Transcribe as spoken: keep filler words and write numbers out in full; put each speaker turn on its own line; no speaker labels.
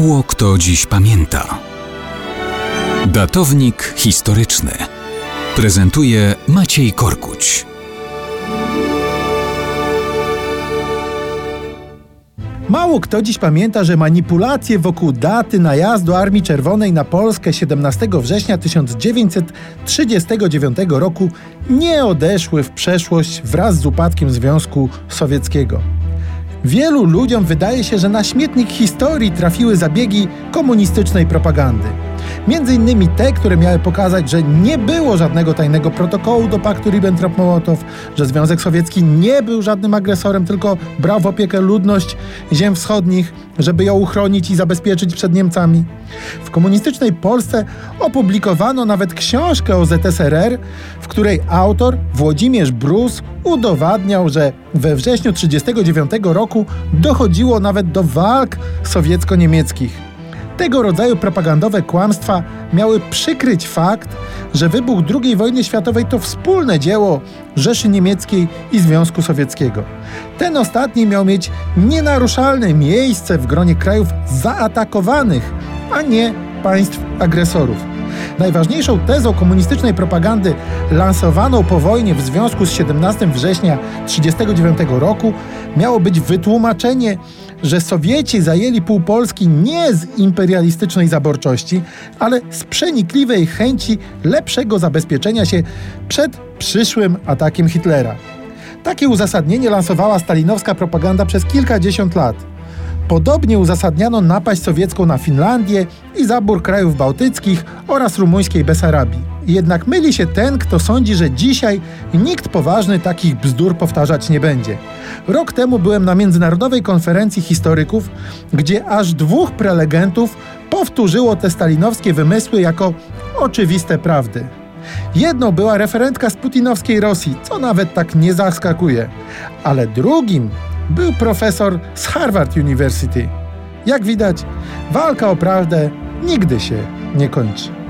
Mało kto dziś pamięta. Datownik historyczny prezentuje Maciej Korkuć.
Mało kto dziś pamięta, że manipulacje wokół daty najazdu Armii Czerwonej na Polskę siedemnastego września tysiąc dziewięćset trzydziestego dziewiątego roku nie odeszły w przeszłość wraz z upadkiem Związku Sowieckiego. Wielu ludziom wydaje się, że na śmietnik historii trafiły zabiegi komunistycznej propagandy. Między innymi te, które miały pokazać, że nie było żadnego tajnego protokołu do paktu Ribbentrop-Mołotow, że Związek Sowiecki nie był żadnym agresorem, tylko brał w opiekę ludność ziem wschodnich, żeby ją uchronić i zabezpieczyć przed Niemcami. W komunistycznej Polsce opublikowano nawet książkę o Z S R R, w której autor Włodzimierz Brus udowadniał, że we wrześniu tysiąc dziewięćset trzydziestego dziewiątego roku dochodziło nawet do walk sowiecko-niemieckich. Tego rodzaju propagandowe kłamstwa miały przykryć fakt, że wybuch drugiej wojny światowej to wspólne dzieło Rzeszy Niemieckiej i Związku Sowieckiego. Ten ostatni miał mieć nienaruszalne miejsce w gronie krajów zaatakowanych, a nie państw agresorów. Najważniejszą tezą komunistycznej propagandy lansowaną po wojnie w związku z siedemnastego września tysiąc dziewięćset trzydziestego dziewiątego roku miało być wytłumaczenie, że Sowieci zajęli pół Polski nie z imperialistycznej zaborczości, ale z przenikliwej chęci lepszego zabezpieczenia się przed przyszłym atakiem Hitlera. Takie uzasadnienie lansowała stalinowska propaganda przez kilkadziesiąt lat. Podobnie uzasadniano napaść sowiecką na Finlandię i zabór krajów bałtyckich oraz rumuńskiej Besarabii. Jednak myli się ten, kto sądzi, że dzisiaj nikt poważny takich bzdur powtarzać nie będzie. Rok temu byłem na międzynarodowej konferencji historyków, gdzie aż dwóch prelegentów powtórzyło te stalinowskie wymysły jako oczywiste prawdy. Jedną była referentka z putinowskiej Rosji, co nawet tak nie zaskakuje, ale drugim był profesor z Harvard University. Jak widać, walka o prawdę nigdy się nie kończy.